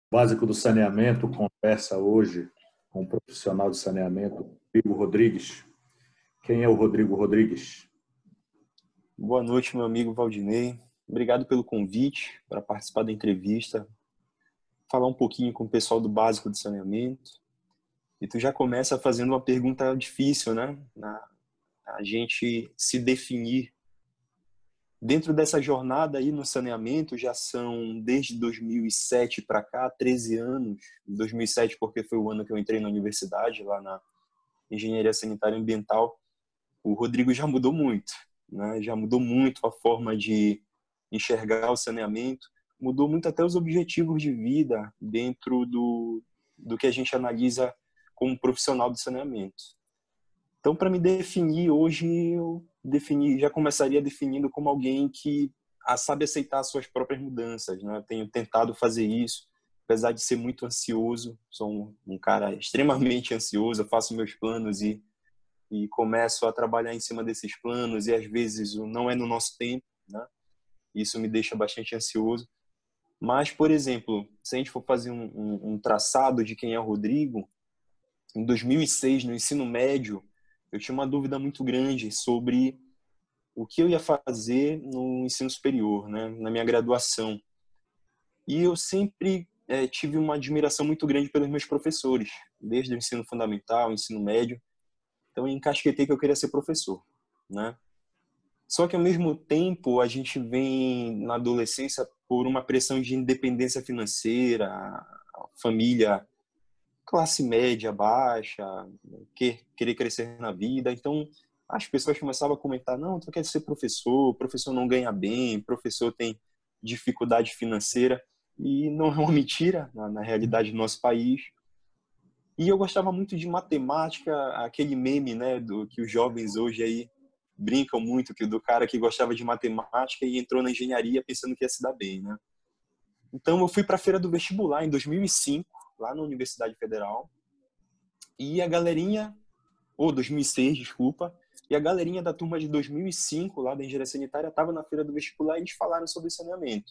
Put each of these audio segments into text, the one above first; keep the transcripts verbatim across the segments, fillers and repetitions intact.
Básico do Saneamento conversa hoje com um profissional de saneamento, Rodrigo Rodrigues. Quem é o Rodrigo Rodrigues? Boa noite, meu amigo Valdinei. Obrigado pelo convite para participar da entrevista, falar um pouquinho com o pessoal do Básico do Saneamento. E tu já começa fazendo uma pergunta difícil, né? Na, a gente se definir. Dentro dessa jornada aí no saneamento, já são desde dois mil e sete para cá, treze anos. dois mil e sete porque foi o ano que eu entrei na universidade, lá na Engenharia Sanitária e Ambiental. O Rodrigo já mudou muito, né? Já mudou muito a forma de enxergar o saneamento, mudou muito até os objetivos de vida dentro do, do que a gente analisa como profissional do saneamento. Então, para me definir hoje, eu defini, já começaria definindo como alguém que sabe aceitar as suas próprias mudanças, né? Eu tenho tentado fazer isso, apesar de ser muito ansioso, sou um, um cara extremamente ansioso, eu faço meus planos e, e começo a trabalhar em cima desses planos e às vezes não é no nosso tempo, né? Isso me deixa bastante ansioso. Mas, por exemplo, se a gente for fazer um, um, um traçado de quem é o Rodrigo, em dois mil e seis, no ensino médio, eu tinha uma dúvida muito grande sobre o que eu ia fazer no ensino superior, né, na minha graduação. E eu sempre é, tive uma admiração muito grande pelos meus professores, desde o ensino fundamental, ensino médio. Então, eu encasquetei que eu queria ser professor, né? Só que, ao mesmo tempo, a gente vem na adolescência por uma pressão de independência financeira, família classe média baixa, querer crescer na vida. Então, as pessoas começavam a comentar, não, tu quer ser professor, professor não ganha bem, professor tem dificuldade financeira. E não é uma mentira, na, na realidade do nosso país. E eu gostava muito de matemática, aquele meme, né, do que os jovens hoje aí brincam muito, que do cara que gostava de matemática e entrou na engenharia pensando que ia se dar bem, né? Então, eu fui para a feira do vestibular em dois mil e cinco, lá na Universidade Federal, e a galerinha, ou dois mil e seis, desculpa, e a galerinha da turma de dois mil e cinco, lá da Engenharia Sanitária, estava na feira do vestibular e eles falaram sobre saneamento.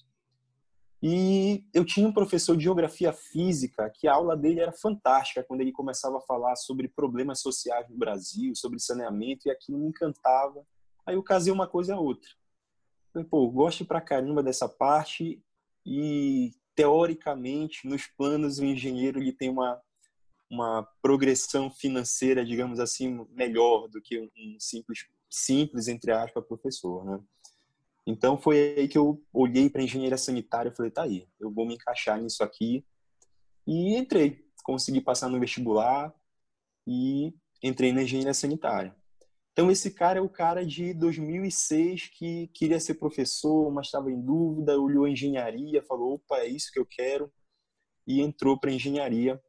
E eu tinha um professor de Geografia Física, que a aula dele era fantástica, quando ele começava a falar sobre problemas sociais no Brasil, sobre saneamento, e aquilo me encantava. Aí eu casei uma coisa a outra. Falei, pô, eu gosto pra caramba dessa parte e, teoricamente, nos planos, o engenheiro ele tem uma, uma progressão financeira, digamos assim, melhor do que um simples, simples entre aspas, professor, né? Então, foi aí que eu olhei para a engenharia sanitária e falei, tá aí, eu vou me encaixar nisso aqui. E entrei, consegui passar no vestibular e entrei na engenharia sanitária. Então, esse cara é o cara de dois mil e seis que queria ser professor, mas estava em dúvida, olhou a engenharia, falou, opa, é isso que eu quero, e entrou para a engenharia.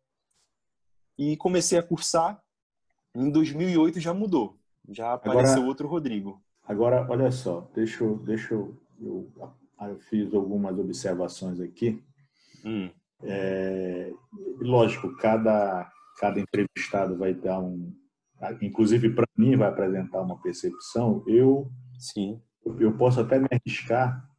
E comecei a cursar. Em dois mil e oito já mudou, já apareceu Agora, outro Rodrigo. agora olha só, deixa eu, deixa eu, eu, eu fiz algumas observações aqui. Hum. É, lógico, cada, cada entrevistado vai dar um, inclusive para mim vai apresentar uma percepção. Eu, Sim. eu posso até me arriscar,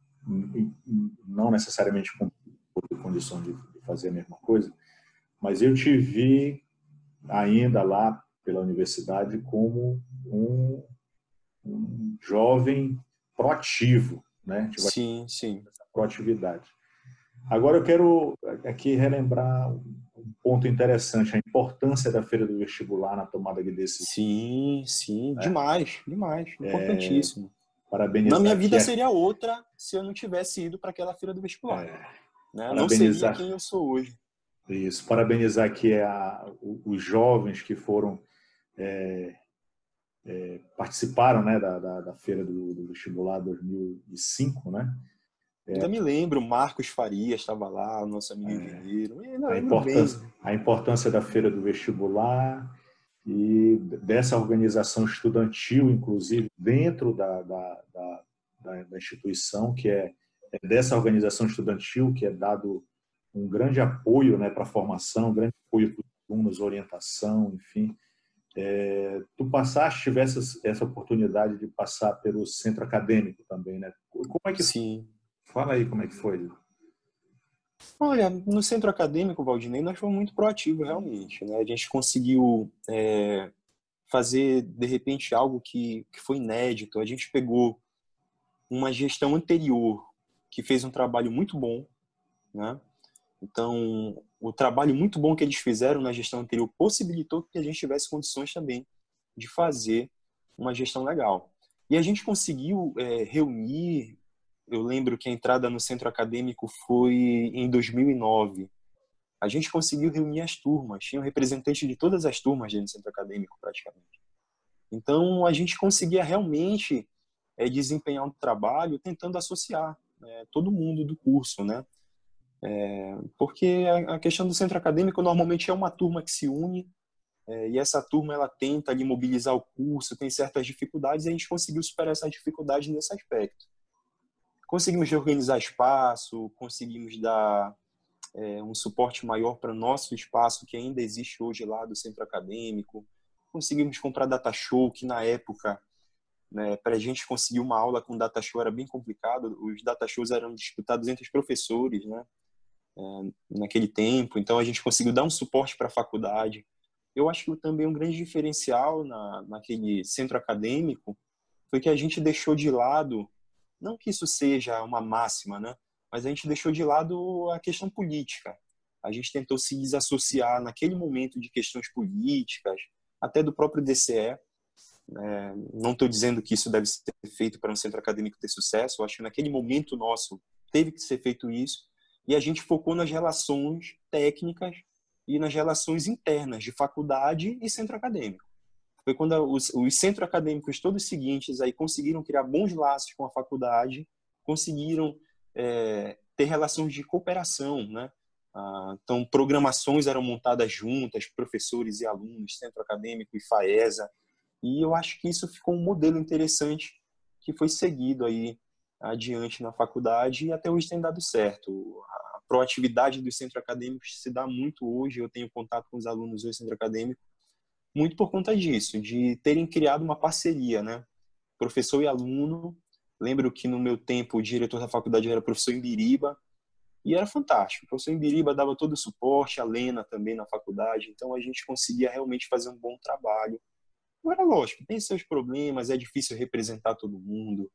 não necessariamente com condição de fazer a mesma coisa, mas eu te vi ainda lá pela universidade como um, um jovem proativo, né? A gente vai Sim, sim. essa proatividade. Agora eu quero aqui relembrar um ponto interessante, a importância da feira do vestibular na tomada de decisão. Sim, sim, Né? demais, demais, importantíssimo. É, parabenizar Na minha aqui vida a, seria outra se eu não tivesse ido para aquela feira do vestibular. é, Né? Não seria parabenizar quem eu sou hoje. isso, parabenizar aqui a, os jovens que foram é, é, participaram, né, da, da, da feira do, do vestibular dois mil e cinco, né? Ainda me lembro, Marcos Farias estava lá, o nosso amigo engenheiro. Eu ainda A lembro importância, bem. a importância da feira do vestibular e dessa organização estudantil, inclusive, dentro da, da, da, da instituição, que é, é dessa organização estudantil que é dado um grande apoio, né, para a formação, um grande apoio para os alunos, orientação, enfim. É, tu passaste, tivesse essa oportunidade de passar pelo centro acadêmico também, né? Como é que Sim. Fala aí como é que foi. Olha, no centro acadêmico, Valdinei, nós fomos muito proativos, realmente, né? A gente conseguiu é, fazer, de repente, algo que, que foi inédito. A gente pegou uma gestão anterior que fez um trabalho muito bom, né? Então, o trabalho muito bom que eles fizeram na gestão anterior possibilitou que a gente tivesse condições também de fazer uma gestão legal. E a gente conseguiu é, reunir, eu lembro que a entrada no centro acadêmico foi em dois mil e nove. A gente conseguiu reunir as turmas, tinham representantes de todas as turmas dentro do centro acadêmico, praticamente. Então, a gente conseguia realmente é, desempenhar um trabalho tentando associar é, todo mundo do curso, né? É, porque a, a questão do centro acadêmico normalmente é uma turma que se une é, e essa turma ela tenta ali mobilizar o curso, tem certas dificuldades e a gente conseguiu superar essas dificuldades nesse aspecto. Conseguimos reorganizar espaço, conseguimos dar é, um suporte maior para o nosso espaço que ainda existe hoje lá do centro acadêmico. Conseguimos comprar data show, que na época, né, para a gente conseguir uma aula com data show era bem complicado. Os data shows eram disputados entre os professores, né, é, naquele tempo. Então a gente conseguiu dar um suporte para a faculdade. Eu acho que também um grande diferencial na, naquele centro acadêmico foi que a gente deixou de lado, não que isso seja uma máxima, né, mas a gente deixou de lado a questão política. A gente tentou se desassociar naquele momento de questões políticas, até do próprio D C E. É, não estou dizendo que isso deve ser feito para um centro acadêmico ter sucesso. Eu acho que naquele momento nosso teve que ser feito isso. E a gente focou nas relações técnicas e nas relações internas de faculdade e centro acadêmico. Foi quando os, os centros acadêmicos todos seguintes aí conseguiram criar bons laços com a faculdade, conseguiram é, ter relações de cooperação, né? Ah, então, programações eram montadas juntas, professores e alunos, centro acadêmico e FAESA, e eu acho que isso ficou um modelo interessante que foi seguido aí adiante na faculdade e até hoje tem dado certo. A proatividade dos centros acadêmicos se dá muito hoje, eu tenho contato com os alunos do centro acadêmico, muito por conta disso, de terem criado uma parceria, né? Professor e aluno. Lembro que no meu tempo o diretor da faculdade era o professor Imbiriba, e era fantástico. O professor Imbiriba dava todo o suporte, a Lena também na faculdade, então a gente conseguia realmente fazer um bom trabalho. Agora, lógico, tem seus problemas, é difícil representar todo mundo,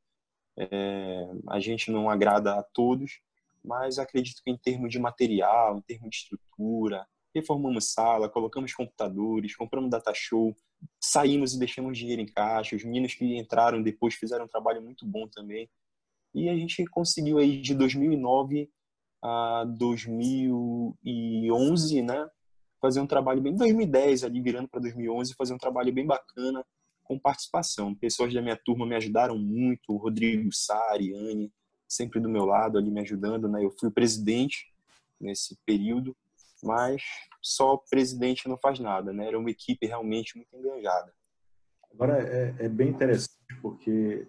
é, a gente não agrada a todos, mas acredito que em termos de material, em termos de estrutura, reformamos sala, colocamos computadores, compramos data show, saímos e deixamos dinheiro em caixa, os meninos que entraram depois fizeram um trabalho muito bom também, e a gente conseguiu aí de dois mil e nove a dois mil e onze, né, fazer um trabalho bem, dois mil e dez ali virando para dois mil e onze, fazer um trabalho bem bacana com participação. Pessoas da minha turma me ajudaram muito, o Rodrigo, Sari, Anne, sempre do meu lado ali me ajudando, né? Eu fui o presidente nesse período, mas só o presidente não faz nada, né? Era uma equipe realmente muito engajada. Agora, é, é bem interessante porque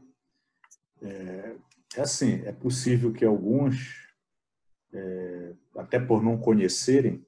é, é assim, é possível que alguns, é, até por não conhecerem,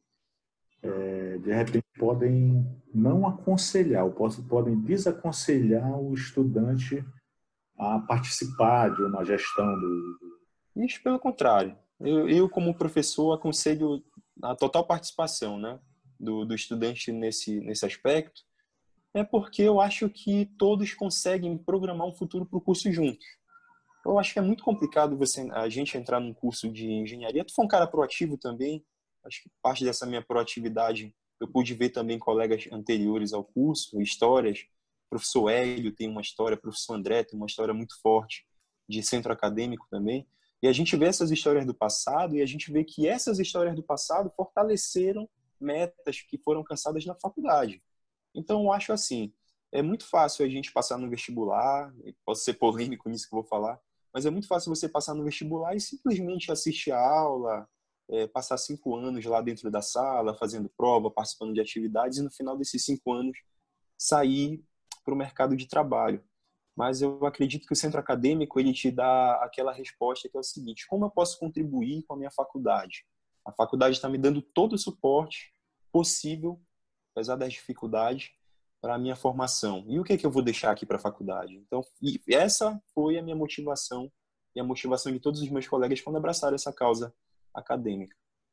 é, de repente podem não aconselhar, ou podem desaconselhar o estudante a participar de uma gestão do... Isso pelo contrário. Eu, eu como professor, aconselho a total participação, né, do, do estudante nesse, nesse aspecto, é porque eu acho que todos conseguem programar um futuro para o curso juntos. Eu acho que é muito complicado você, a gente entrar num curso de engenharia. Tu foi um cara proativo também. Acho que parte dessa minha proatividade eu pude ver também colegas anteriores ao curso, histórias. O professor Hélio tem uma história, o professor André tem uma história muito forte de centro acadêmico também. E a gente vê essas histórias do passado e a gente vê que essas histórias do passado fortaleceram metas que foram alcançadas na faculdade. Então, eu acho assim, é muito fácil a gente passar no vestibular, posso ser polêmico nisso que eu vou falar, mas é muito fácil você passar no vestibular e simplesmente assistir a aula, é, passar cinco anos lá dentro da sala, fazendo prova, participando de atividades, e no final desses cinco anos sair para o mercado de trabalho. Mas eu acredito que o centro acadêmico ele te dá aquela resposta que é o seguinte: como eu posso contribuir com a minha faculdade? A faculdade está me dando todo o suporte possível, apesar das dificuldades, para a minha formação. E o que é que eu vou deixar aqui para a faculdade? Então, e essa foi a minha motivação e a motivação de todos os meus colegas quando abraçaram essa causa acadêmica.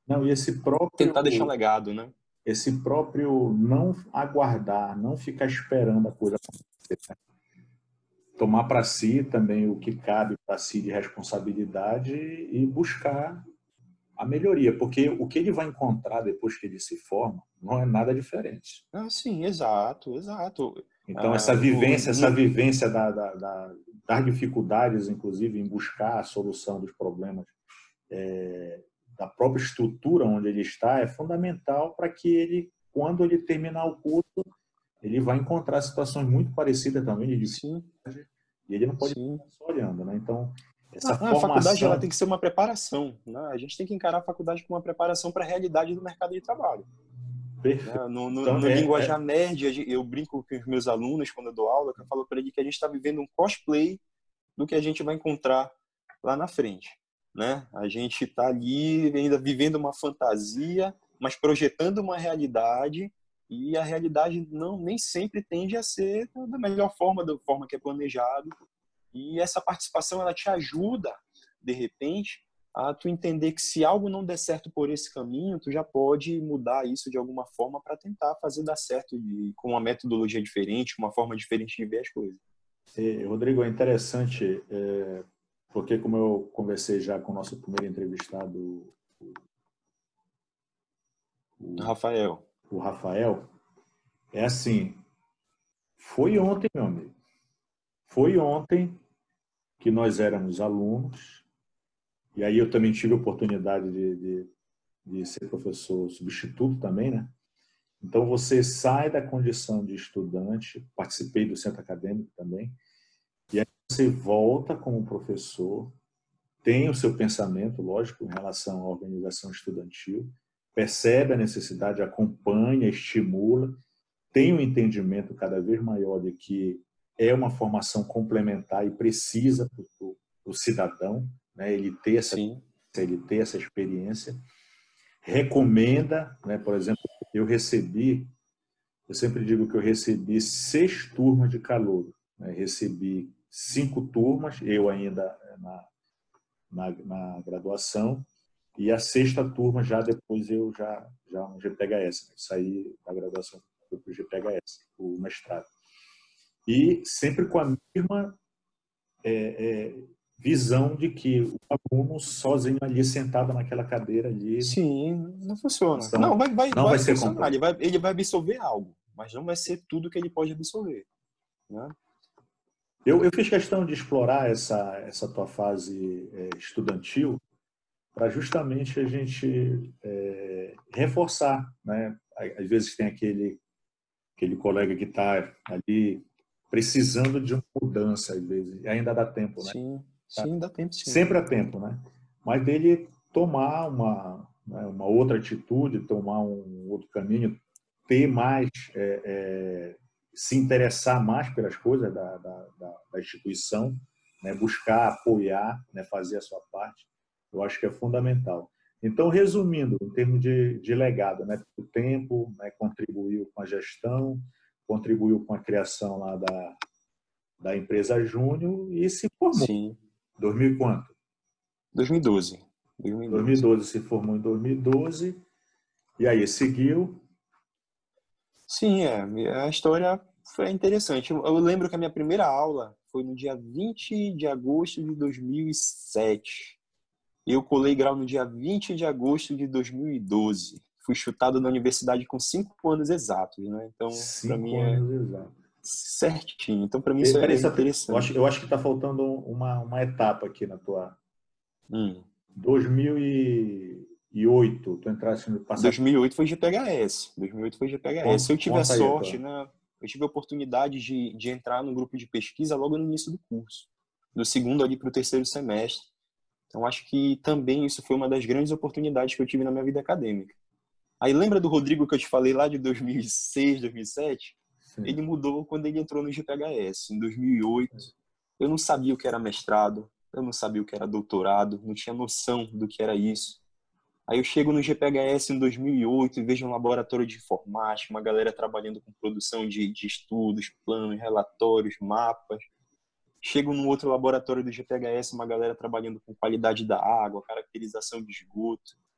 Não, e esse próprio, tentar deixar um legado, né? esse próprio não aguardar, não ficar esperando a coisa acontecer, né? Tomar para si também o que cabe para si de responsabilidade e buscar a melhoria, porque o que ele vai encontrar depois que ele se forma não é nada diferente. Ah, sim, exato, exato. Então, Ah, essa o, vivência, essa no, vivência da, da, da, das dificuldades, inclusive, em buscar a solução dos problemas é, da própria estrutura onde ele está, é fundamental para que ele, quando ele terminar o curso, ele vai encontrar situações muito parecidas também de sim, dificuldade, e ele não pode sim. ficar só olhando, né? Então, essa A, a faculdade ela formação, tem que ser uma preparação, né? A gente tem que encarar a faculdade como uma preparação para a realidade do mercado de trabalho. perfeita. Né? No, no, Então, no é, linguajar é, nerd, eu brinco com os meus alunos quando eu dou aula, que eu falo para eles que a gente está vivendo um cosplay do que a gente vai encontrar lá na frente. Né? A gente está ali ainda vivendo uma fantasia, mas projetando uma realidade, e a realidade não nem sempre tende a ser da melhor forma, da forma que é planejado. E essa participação ela te ajuda, de repente, a tu entender que se algo não der certo por esse caminho, tu já pode mudar isso de alguma forma para tentar fazer dar certo e com uma metodologia diferente, uma forma diferente de ver as coisas. é, Rodrigo, é interessante, é, porque como eu conversei já com o nosso primeiro entrevistado, o, Rafael, o Rafael, é assim, foi ontem, meu amigo, foi ontem que nós éramos alunos, e aí eu também tive a oportunidade de, de, de ser professor substituto também, né? Então você sai da condição de estudante, participei do centro acadêmico também, e aí você volta como professor, tem o seu pensamento, lógico, em relação à organização estudantil, percebe a necessidade, acompanha, estimula, tem um entendimento cada vez maior de que é uma formação complementar e precisa para o cidadão, né, ele ter essa sim, ele ter essa experiência, recomenda, né, por exemplo, eu recebi, eu sempre digo que eu recebi seis turmas de calouro, né, recebi cinco turmas, eu ainda na, na, na graduação, e a sexta turma já depois eu já já um G P H S, né? Saí da graduação para o G P H S, o mestrado. E sempre com a mesma é, é, visão de que o aluno sozinho ali sentado naquela cadeira ali sim, não funciona. Não, não, vai, vai, não vai vai ser funcionar. Ele completo. vai, ele vai absorver algo, mas não vai ser tudo que ele pode absorver. Né? Eu, eu fiz questão de explorar essa, essa tua fase é, estudantil para justamente a gente é, reforçar, né? Às vezes tem aquele aquele colega que está ali precisando de uma mudança, às vezes, e ainda dá tempo, né? Sim, sim, dá tempo sim. Sempre há tempo, né? Mas dele tomar uma, né, uma outra atitude, tomar um outro caminho, ter mais, é, é, se interessar mais pelas coisas da, da, da, da instituição, né? Buscar apoiar, né? Fazer a sua parte, eu acho que é fundamental. Então, resumindo, em termos de, de legado, né? O tempo, né? Contribuiu com a gestão, contribuiu com a criação lá da, da empresa Júnior e se formou. Sim. dois mil e quanto? dois mil e doze. dois mil e doze. dois mil e doze se formou em dois mil e doze e aí seguiu. Sim, é. A história foi interessante. Eu, eu lembro que a minha primeira aula foi no dia vinte de agosto de dois mil e sete. Eu colei grau no dia vinte de agosto de dois mil e doze. Fui chutado na universidade com cinco anos exatos, né? Então, para mim Cinco é anos exato. certinho. Então, para mim E, isso peraí, é só, eu acho, interessante. eu acho que está faltando uma, uma etapa aqui na tua. Hum. dois mil e oito, tu entraste no passado. dois mil e oito foi G P H S. dois mil e oito foi G P H S. Se eu tiver Conta aí, sorte, tua. né? Eu tive a oportunidade de, de entrar no grupo de pesquisa logo no início do curso, do segundo ali para o terceiro semestre. Então, acho que também isso foi uma das grandes oportunidades que eu tive na minha vida acadêmica. Aí, lembra do Rodrigo que eu te falei lá de dois mil e seis, dois mil e sete? Sim. Ele mudou quando ele entrou no G P H S. Em dois mil e oito, eu não sabia o que era mestrado, eu não sabia o que era doutorado, não tinha noção do que era isso. Aí eu chego no G P H S em dois mil e oito e vejo um laboratório de informática, uma galera trabalhando com produção de, de estudos, planos, relatórios, mapas. Chego num outro laboratório do G P H S, uma galera trabalhando com qualidade da água, caracterização de esgoto.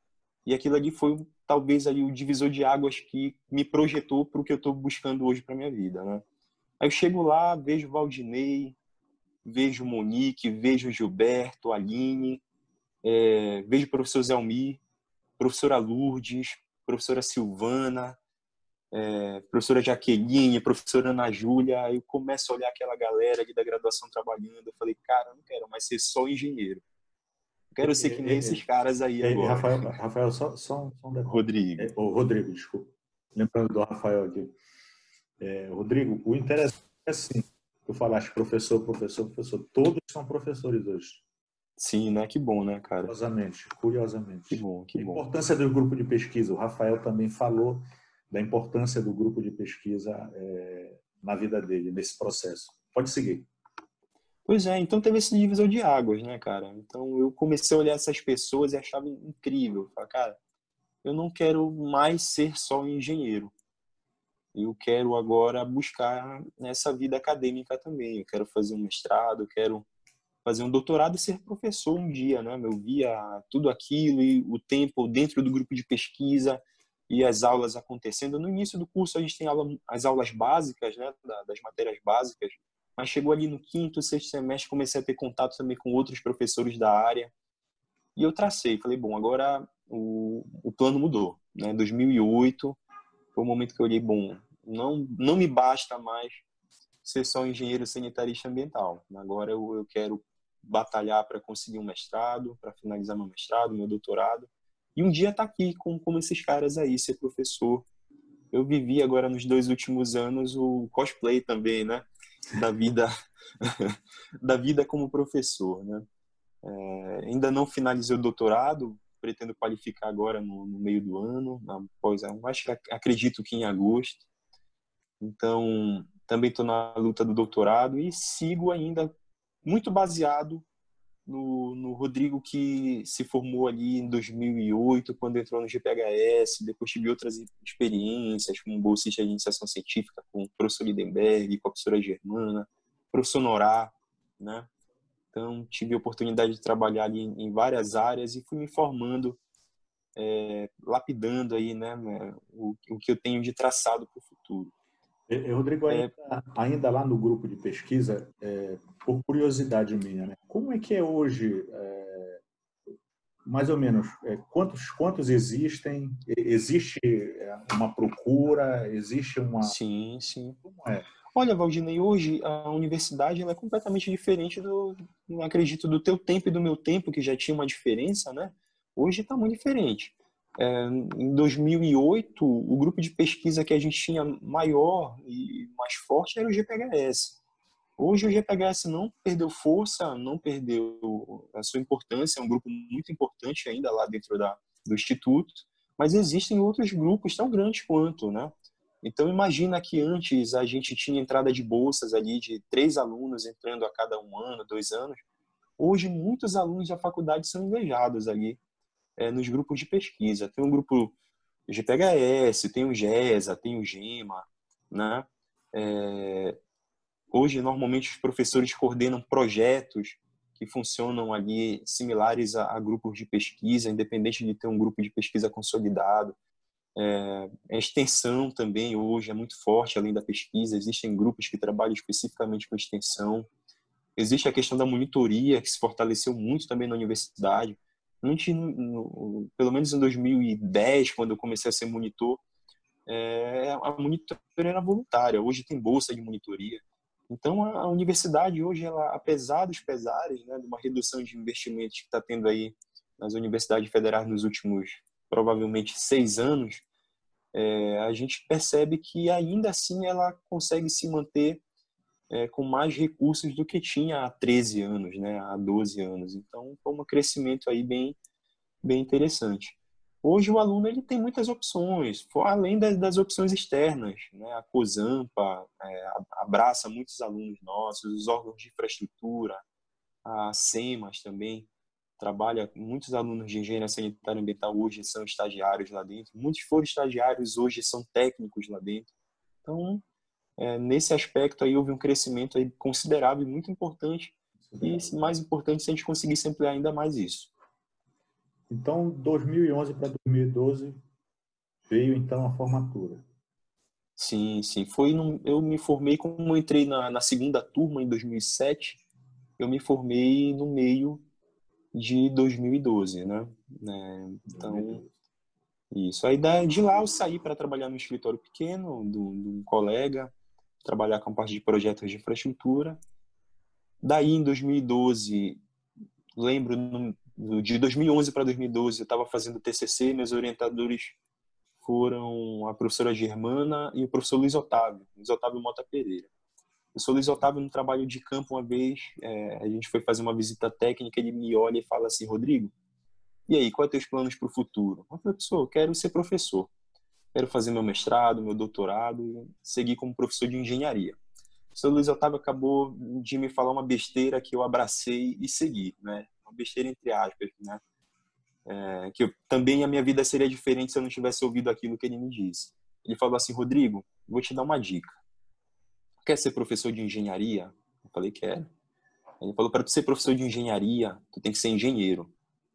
E aquilo ali foi talvez ali o divisor de águas que me projetou para o que eu estou buscando hoje para minha vida, né? Aí eu chego lá, vejo Valdinei, vejo Monique, vejo Gilberto, Aline, é, vejo o professor Zelmi, professora Lourdes, professora Silvana, é, professora Jaqueline, professora Ana Júlia. Aí eu começo a olhar aquela galera ali da graduação trabalhando. Eu falei, cara, eu não quero mais ser só engenheiro. Eu quero ser que nem esses caras aí E, agora. Rafael, Rafael, só, só, um, só um detalhe. Rodrigo. É, oh, Rodrigo, desculpa. Lembrando do Rafael aqui. É, Rodrigo, o interessante é assim, tu falaste professor, professor, professor. Todos são professores hoje. Sim, né? Que bom, né, cara? Curiosamente, curiosamente. Que bom, que a bom. importância do grupo de pesquisa. O Rafael também falou da importância do grupo de pesquisa é, na vida dele, nesse processo. Pode seguir. Pois é, então teve esse divisor de águas, né, cara? Então eu comecei a olhar essas pessoas e achava incrível. Falei, cara, eu não quero mais ser só um engenheiro. Eu quero agora buscar nessa vida acadêmica também. Eu quero fazer um mestrado, eu quero fazer um doutorado e ser professor um dia, né? Eu via tudo aquilo e o tempo dentro do grupo de pesquisa e as aulas acontecendo. No início do curso a gente tem aula, as aulas básicas, né, das matérias básicas, mas chegou ali no quinto, sexto semestre, comecei a ter contato também com outros professores da área e eu tracei, falei, bom, agora o, o plano mudou, né? dois mil e oito foi o momento que eu olhei, bom, não, não me basta mais ser só engenheiro sanitarista ambiental. Agora eu, eu quero batalhar para conseguir um mestrado, para finalizar meu mestrado, meu doutorado. E um dia estar tá aqui com, com esses caras aí, ser professor. Eu vivi agora nos dois últimos anos o cosplay também, né? Da vida, da vida como professor, né? É, ainda não finalizei o doutorado, pretendo qualificar agora no, no meio do ano, após, acho que acredito que em agosto. Então, também estou na luta do doutorado e sigo ainda muito baseado no, no Rodrigo que se formou ali em dois mil e oito, quando entrou no G P H S. Depois tive outras experiências, como bolsista de iniciação científica com o professor Lindenberg, com a professora Germana, professor Norá, né? Então, tive a oportunidade de trabalhar ali em várias áreas e fui me formando, é, lapidando aí, né, o, o que eu tenho de traçado para o futuro. E, Rodrigo, ainda, É, ainda lá no grupo de pesquisa, é, por curiosidade minha, né? Como é que é hoje, é, mais ou menos, é, quantos, quantos existem? Existe uma procura? Existe uma... sim, sim. Como é? Olha, Valdinei, hoje a universidade ela é completamente diferente do, não acredito, do teu tempo e do meu tempo, que já tinha uma diferença, né? Hoje está muito diferente. É, em dois mil e oito, o grupo de pesquisa que a gente tinha maior e mais forte era o G P H S. Hoje o G P H S não perdeu força, não perdeu a sua importância, é um grupo muito importante ainda lá dentro da, do Instituto, mas existem outros grupos tão grandes quanto, né? Então imagina que antes a gente tinha entrada de bolsas ali de três alunos entrando a cada um ano, dois anos. Hoje muitos alunos da faculdade são invejados ali é, nos grupos de pesquisa. Tem um grupo G P H S, tem o GESA, tem o GEMA, né? É, hoje normalmente os professores coordenam projetos que funcionam ali similares a, a grupos de pesquisa, independente de ter um grupo de pesquisa consolidado. É, a extensão também hoje é muito forte, além da pesquisa. Existem grupos que trabalham especificamente com extensão. Existe a questão da monitoria, que se fortaleceu muito também na universidade. Antes, no, pelo menos em dois mil e dez, quando eu comecei a ser monitor, é, a monitoria era voluntária. Hoje tem bolsa de monitoria. Então, a, a universidade hoje, ela, apesar dos pesares, né, de uma redução de investimentos que está tendo aí nas universidades federais nos últimos, provavelmente, seis anos, é, a gente percebe que ainda assim ela consegue se manter é, com mais recursos do que tinha há treze anos, né, há doze anos. Então, foi um crescimento aí bem, bem interessante. Hoje o aluno ele tem muitas opções, além das, das opções externas, né? A COSAMPA é, abraça muitos alunos nossos, os órgãos de infraestrutura, a SEMAS também trabalha, muitos alunos de engenharia sanitária e ambiental hoje são estagiários lá dentro, muitos foram estagiários hoje são técnicos lá dentro. Então, é, nesse aspecto aí houve um crescimento aí considerável e muito importante, e mais importante se a gente conseguisse ampliar ainda mais isso. Então, dois mil e onze para dois mil e doze veio então a formatura. Sim, sim. Foi num, eu me formei, como eu entrei na, na segunda turma em dois mil e sete, eu me formei no meio de dois mil e doze, né? É, então, dois mil e doze. isso. Aí da- de lá eu saí para trabalhar no escritório pequeno de um de um colega, trabalhar com a parte de projetos de infraestrutura. Daí, em dois mil e doze, lembro, no, de dois mil e onze para dois mil e doze, eu estava fazendo T C C, meus orientadores foram a professora Germana e o professor Luiz Otávio, Luiz Otávio Mota Pereira. O professor Luiz Otávio, no trabalho de campo, uma vez, é, a gente foi fazer uma visita técnica, ele me olha e fala assim: Rodrigo, e aí, quais são os teus planos para o futuro? Eu falei: professor, eu quero ser professor. Quero fazer meu mestrado, meu doutorado e seguir como professor de engenharia. O professor Luiz Otávio acabou de me falar uma besteira que eu abracei e segui, né? Uma besteira entre aspas, né? É, que eu, também a minha vida seria diferente se eu não tivesse ouvido aquilo que ele me disse. Ele falou assim: Rodrigo, vou te dar uma dica. Quer ser professor de engenharia? Eu falei: quero. Ele falou: para tu ser professor de engenharia, tu tem que ser engenheiro.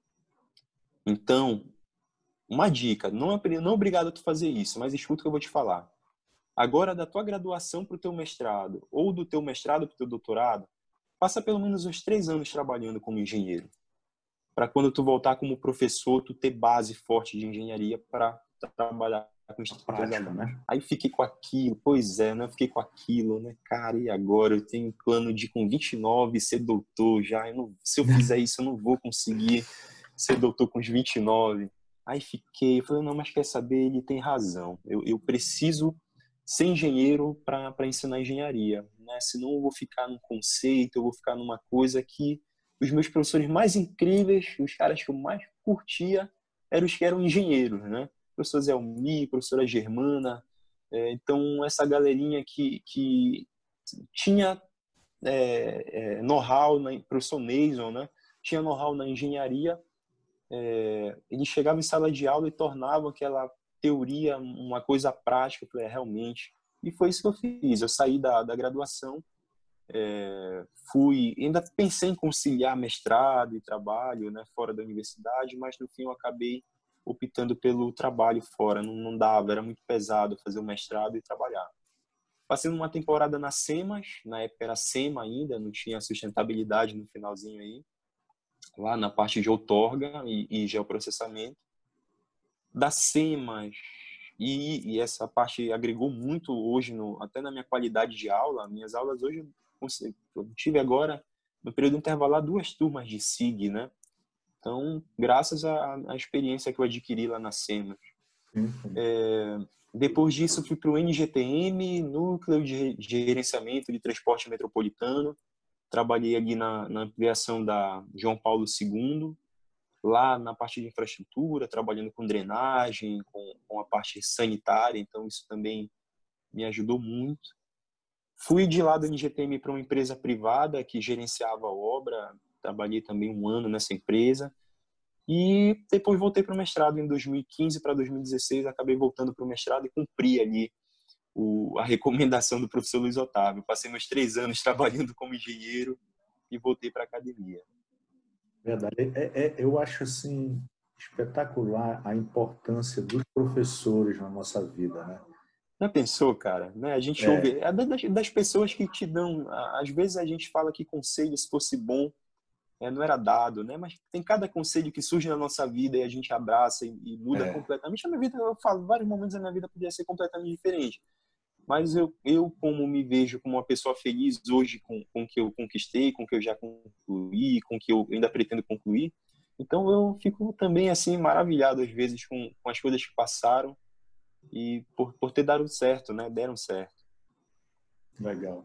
Então, uma dica, não é não é obrigado a tu fazer isso, mas escuta o que eu vou te falar. Agora, da tua graduação para o teu mestrado, ou do teu mestrado para o teu doutorado, passa pelo menos uns três anos trabalhando como engenheiro. Para quando tu voltar como professor, tu ter base forte de engenharia para trabalhar com os A teus prática, alunos. né? Aí fiquei com aquilo, pois é, né? Eu fiquei com aquilo, né? Cara, e agora? Eu tenho um plano de com vinte e nove ser doutor já. Eu não, se eu fizer isso, eu não vou conseguir ser doutor com os vinte e nove. Aí fiquei, eu falei: não, mas quer saber? Ele tem razão. Eu, eu preciso ser engenheiro para ensinar engenharia, né? Senão eu vou ficar num conceito, eu vou ficar numa coisa que os meus professores mais incríveis, os caras que eu mais curtia, eram os que eram engenheiros, né? Professor Zé Almi, professora Germana. É, então, essa galerinha que, que tinha é, é, know-how, na, professor Neison, né? Tinha know-how na engenharia, é, eles chegavam em sala de aula e tornavam aquela teoria uma coisa prática. Eu falei: é, realmente. E foi isso que eu fiz. Eu saí da, da graduação, é, fui, ainda pensei em conciliar mestrado e trabalho, né, fora da universidade, mas no fim eu acabei optando pelo trabalho fora. Não, não dava, era muito pesado fazer o mestrado e trabalhar. Passei uma temporada na SEMAS, na época era SEMA ainda, não tinha sustentabilidade no finalzinho aí, lá na parte de outorga e, e geoprocessamento. Da SEMAS, e, e essa parte agregou muito hoje, no, até na minha qualidade de aula. Minhas aulas hoje, eu tive agora, no período intervalar, duas turmas de S I G, né? Então, graças à, à experiência que eu adquiri lá na SEMAS. Sim, sim. É, depois disso, fui para o N G T M, Núcleo de Gerenciamento de Transporte Metropolitano. Trabalhei ali na, na ampliação da João Paulo segundo, lá na parte de infraestrutura, trabalhando com drenagem, com, com a parte sanitária, então isso também me ajudou muito. Fui de lá do N G T M para uma empresa privada que gerenciava a obra, trabalhei também um ano nessa empresa, e depois voltei para o mestrado em dois mil e quinze para dois mil e dezesseis, acabei voltando para o mestrado e cumpri ali o, a recomendação do professor Luiz Otávio. Passei meus três anos trabalhando como engenheiro e voltei para a academia. Verdade. É, é, eu acho assim espetacular a importância dos professores na nossa vida, né? Já pensou, cara? Né? A gente É, ouve é das, das pessoas que te dão. Às vezes a gente fala que conselho, se fosse bom, é, não era dado, né? Mas tem cada conselho que surge na nossa vida e a gente abraça e, e muda é, completamente. A minha vida, eu falo, vários momentos da minha vida podia ser completamente diferente. Mas eu, eu como me vejo como uma pessoa feliz hoje com, com o que eu conquistei, com o que eu já concluí, com o que eu ainda pretendo concluir, então eu fico também assim maravilhado às vezes com, com as coisas que passaram e por, por ter dado certo, né? Deram certo. legal.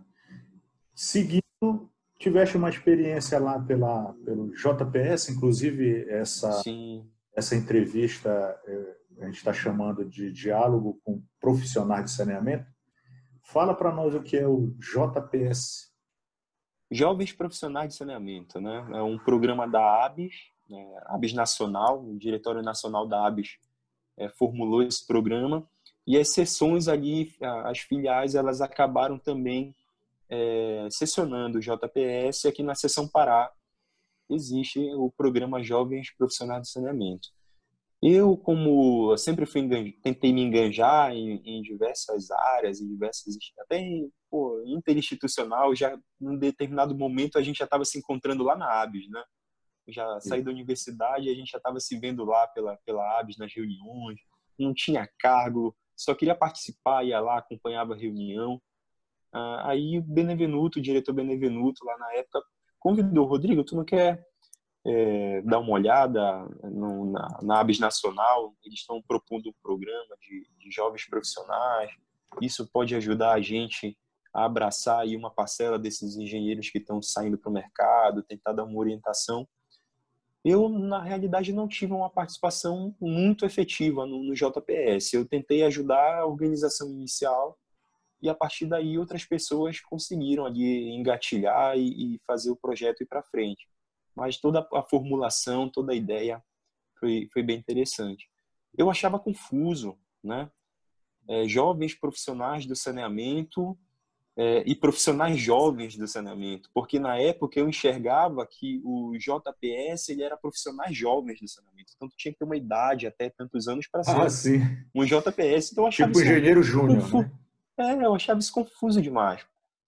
Seguindo, tiveste uma experiência lá pela, pelo J P S, inclusive essa, Sim. essa entrevista eh, a gente está chamando de diálogo com profissionais de saneamento. Fala para nós o que é o J P S. Jovens Profissionais de Saneamento, né? É um programa da ABES, né? ABES Nacional, o Diretório Nacional da ABES é, formulou esse programa, e as sessões ali, as filiais, elas acabaram também é, sessionando o J P S aqui na Seção Pará. existe o programa Jovens Profissionais de Saneamento. Eu, como sempre fui engan... tentei me enganjar em, em diversas áreas, em diversas, até em, pô, interinstitucional, já em determinado momento a gente já estava se encontrando lá na ABS, né? Eu já saí da universidade e a gente já estava se vendo lá pela, pela ABS nas reuniões, não tinha cargo, só queria participar, ia lá, acompanhava a reunião. Ah, aí o Benevenuto, o diretor Benevenuto, lá na época, convidou: Rodrigo, tu não quer é, dar uma olhada no, na, na ABS Nacional? Eles estão propondo um programa de, de jovens profissionais, isso pode ajudar a gente a abraçar aí uma parcela desses engenheiros que estão saindo para o mercado, tentar dar uma orientação. Eu, na realidade, não tive uma participação muito efetiva no, no J P S. Eu tentei ajudar a organização inicial e, a partir daí, outras pessoas conseguiram ali engatilhar e, e fazer o projeto ir para frente. Mas toda a formulação, toda a ideia foi, foi bem interessante. Eu achava confuso, né? É, jovens profissionais do saneamento é, e profissionais jovens do saneamento, porque na época eu enxergava que o J P S ele era profissionais jovens do saneamento, então tu tinha que ter uma idade até tantos anos para Ah, ser sim. um J P S. Então eu achava Tipo isso engenheiro júnior, confuso. né? É, eu achava isso confuso demais.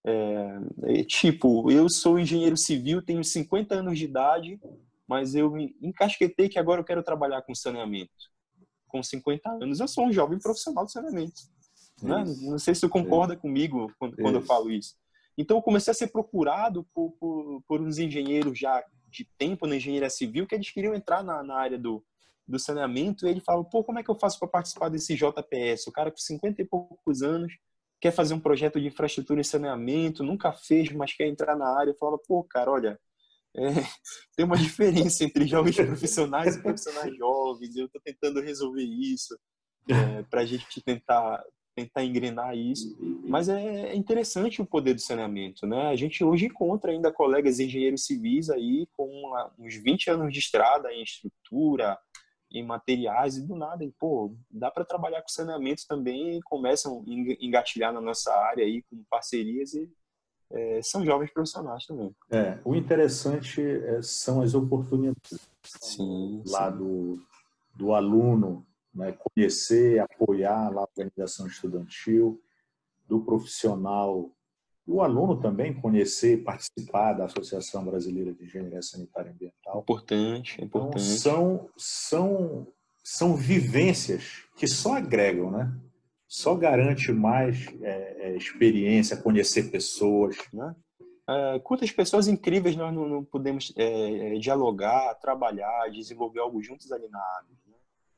É, é, tipo, eu sou engenheiro civil, tenho cinquenta anos de idade, mas eu me encasquetei que agora eu quero trabalhar com saneamento. Com cinquenta anos, eu sou um jovem profissional de saneamento. Né? Isso. Não sei se tu concorda comigo quando, quando eu falo isso. Então, eu comecei a ser procurado por, por, por uns engenheiros já de tempo na engenharia civil, que eles queriam entrar na, na área do, do saneamento, e ele falava: pô, como é que eu faço para participar desse J P S? O cara com cinquenta e poucos anos quer fazer um projeto de infraestrutura e saneamento, nunca fez, mas quer entrar na área. Eu falava: pô, cara, olha, é, tem uma diferença entre jovens profissionais e profissionais jovens, eu estou tentando resolver isso, é, para a gente tentar, tentar engrenar isso. Mas é interessante o poder do saneamento, né? A gente hoje encontra ainda colegas engenheiros civis aí com uma, uns vinte anos de estrada em estrutura, em materiais, e do nada, e, pô, dá para trabalhar com saneamento também, e começam a engatilhar na nossa área aí com parcerias, e é, são jovens profissionais também. É, o interessante é, são as oportunidades. Sim, Lá sim. do, do aluno, né, conhecer, apoiar lá a organização estudantil, do profissional, o aluno também conhecer e participar da Associação Brasileira de Engenharia Sanitária e Ambiental. Importante, Então, importante. são, são, são vivências que só agregam, né? Só garante mais é, é, experiência, conhecer pessoas. Né? É, quantas pessoas incríveis nós não, não podemos é, dialogar, trabalhar, desenvolver algo juntos ali na área. Né?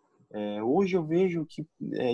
É, hoje eu vejo que,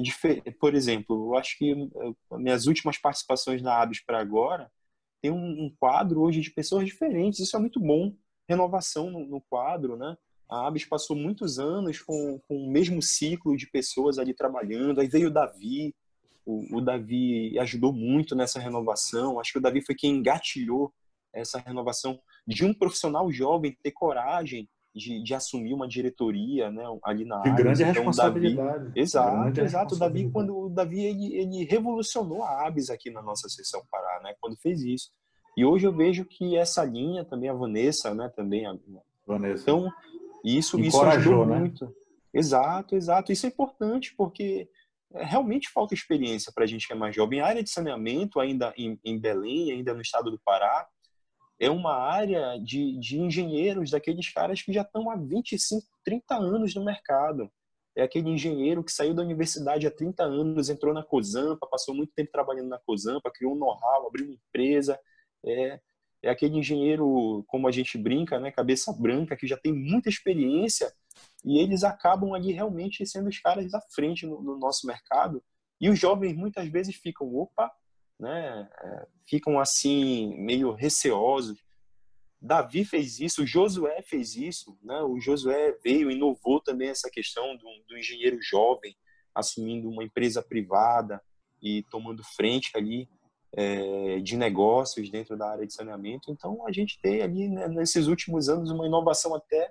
é, por exemplo, eu acho que é, minhas últimas participações na ABS para agora tem um, um quadro hoje de pessoas diferentes. Isso é muito bom. Renovação no, no quadro, né? A ABS passou muitos anos com, com o mesmo ciclo de pessoas ali trabalhando. Aí veio o Davi. O, o Davi ajudou muito nessa renovação. Acho que o Davi foi quem engatilhou essa renovação de um profissional jovem ter coragem de, de assumir uma diretoria, né, ali na De grande ABS. Então, o Davi... responsabilidade. Exato, Grande exato. O Davi, responsabilidade. quando o Davi ele, ele revolucionou a ABS aqui na nossa seção Pará, né, quando fez isso. E hoje eu vejo que essa linha, também a Vanessa, né, também a... Vanessa. Então, isso, isso ajudou Encorajou, né? muito. Exato, exato. Isso é importante, porque realmente falta experiência para a gente que é mais jovem. A área de saneamento, ainda em, em Belém, ainda no estado do Pará, é uma área de, de engenheiros, daqueles caras que já estão há vinte e cinco, trinta anos no mercado. É aquele engenheiro que saiu da universidade há trinta anos, entrou na Cosampa, passou muito tempo trabalhando na Cosampa, criou um know-how, abriu uma empresa. É, é aquele engenheiro, como a gente brinca, né, cabeça branca, que já tem muita experiência, e eles acabam ali realmente sendo os caras à frente no, no nosso mercado. E os jovens muitas vezes ficam, opa, né, ficam assim meio receosos. Davi fez isso, o Josué fez isso, né? O Josué veio, inovou também essa questão do, do engenheiro jovem assumindo uma empresa privada e tomando frente ali é, de negócios dentro da área de saneamento. Então a gente tem ali, né, nesses últimos anos uma inovação até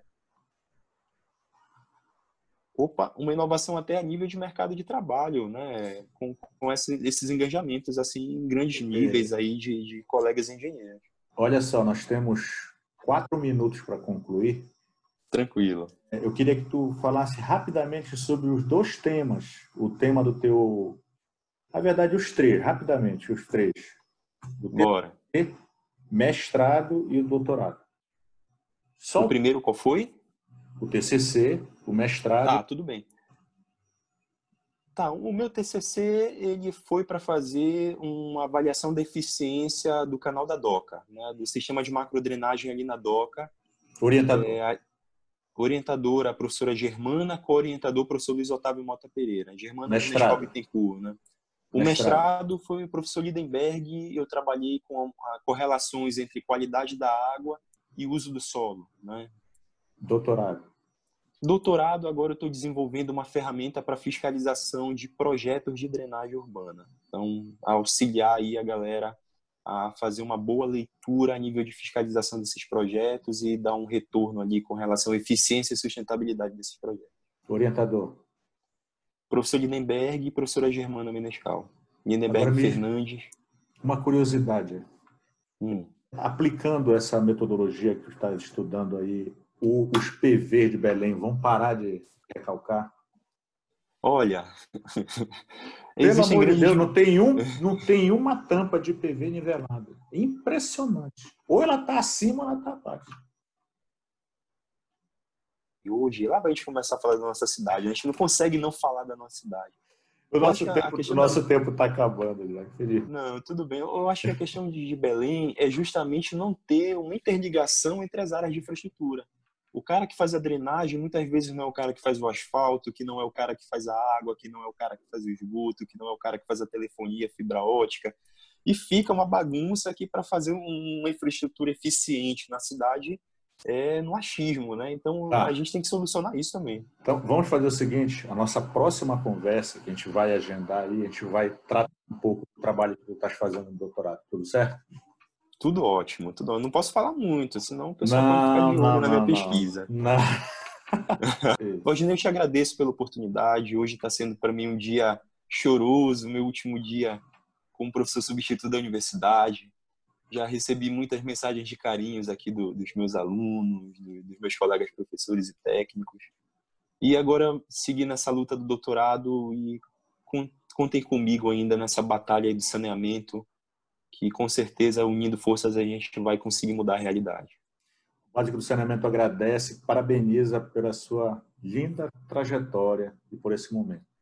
opa, uma inovação até a nível de mercado de trabalho, né? Com, com esse, esses engajamentos assim em grandes níveis aí de, de colegas engenheiros. Olha só, nós temos quatro minutos para concluir. Tranquilo. Eu queria que tu falasse rapidamente sobre os dois temas. O tema do teu... Na verdade, os três, rapidamente, os três. Do Bora. teu mestrado e o doutorado. Só o primeiro qual foi? O T C C, o mestrado. Tá, tudo bem. Tá, o meu T C C ele foi para fazer uma avaliação da eficiência do canal da DOCA, né, do sistema de macrodrenagem ali na DOCA. Orientador. É, a orientadora, a professora Germana, co-orientador, o professor Luiz Otávio Mota Pereira. Germana Mestrado. Bittencourt, né? O mestrado. mestrado foi o professor Lindenberg, eu trabalhei com a correlações entre qualidade da água e uso do solo, né? Doutorado. Doutorado, agora eu estou desenvolvendo uma ferramenta para fiscalização de projetos de drenagem urbana. Então, auxiliar aí a galera a fazer uma boa leitura a nível de fiscalização desses projetos e dar um retorno ali com relação à eficiência e sustentabilidade desses projetos. Orientador. Professor Lindenberg e professora Germana Menescal. Lindenberg Agora, Fernandes. Uma curiosidade. Hum. Aplicando essa metodologia que tu está estudando aí, os P Vs de Belém vão parar de recalcar? Olha, pelo amor grandes... de Deus, não tem, um, não tem uma tampa de P V nivelada. Impressionante. Ou ela está acima ou ela está abaixo. E hoje, lá vai a gente começar a falar da nossa cidade. A gente não consegue não falar da nossa cidade. O nosso tempo está nosso da... tempo tá acabando já. Não, tudo bem. Eu acho que a questão de Belém é justamente não ter uma interligação entre as áreas de infraestrutura. O cara que faz a drenagem muitas vezes não é o cara que faz o asfalto, que não é o cara que faz a água, que não é o cara que faz o esgoto, que não é o cara que faz a telefonia, fibra ótica. E fica uma bagunça aqui para fazer uma infraestrutura eficiente na cidade é no achismo, né? Então tá. A gente tem que solucionar isso também. Então vamos fazer o seguinte, a nossa próxima conversa, que a gente vai agendar aí, a gente vai tratar um pouco do trabalho que tu estás fazendo no doutorado, tudo certo? Tudo ótimo, tudo ótimo. Não posso falar muito, senão o pessoal não, pode ficar de olho não, na minha não, pesquisa. Não. Hoje eu te agradeço pela oportunidade. Hoje está sendo para mim um dia choroso, meu último dia como professor substituto da universidade. Já recebi muitas mensagens de carinhos aqui do, dos meus alunos, do, dos meus colegas professores e técnicos. E agora seguir nessa luta do doutorado e contem comigo ainda nessa batalha de saneamento, que com certeza, unindo forças, a gente vai conseguir mudar a realidade. O Básico do Saneamento agradece, parabeniza pela sua linda trajetória e por esse momento.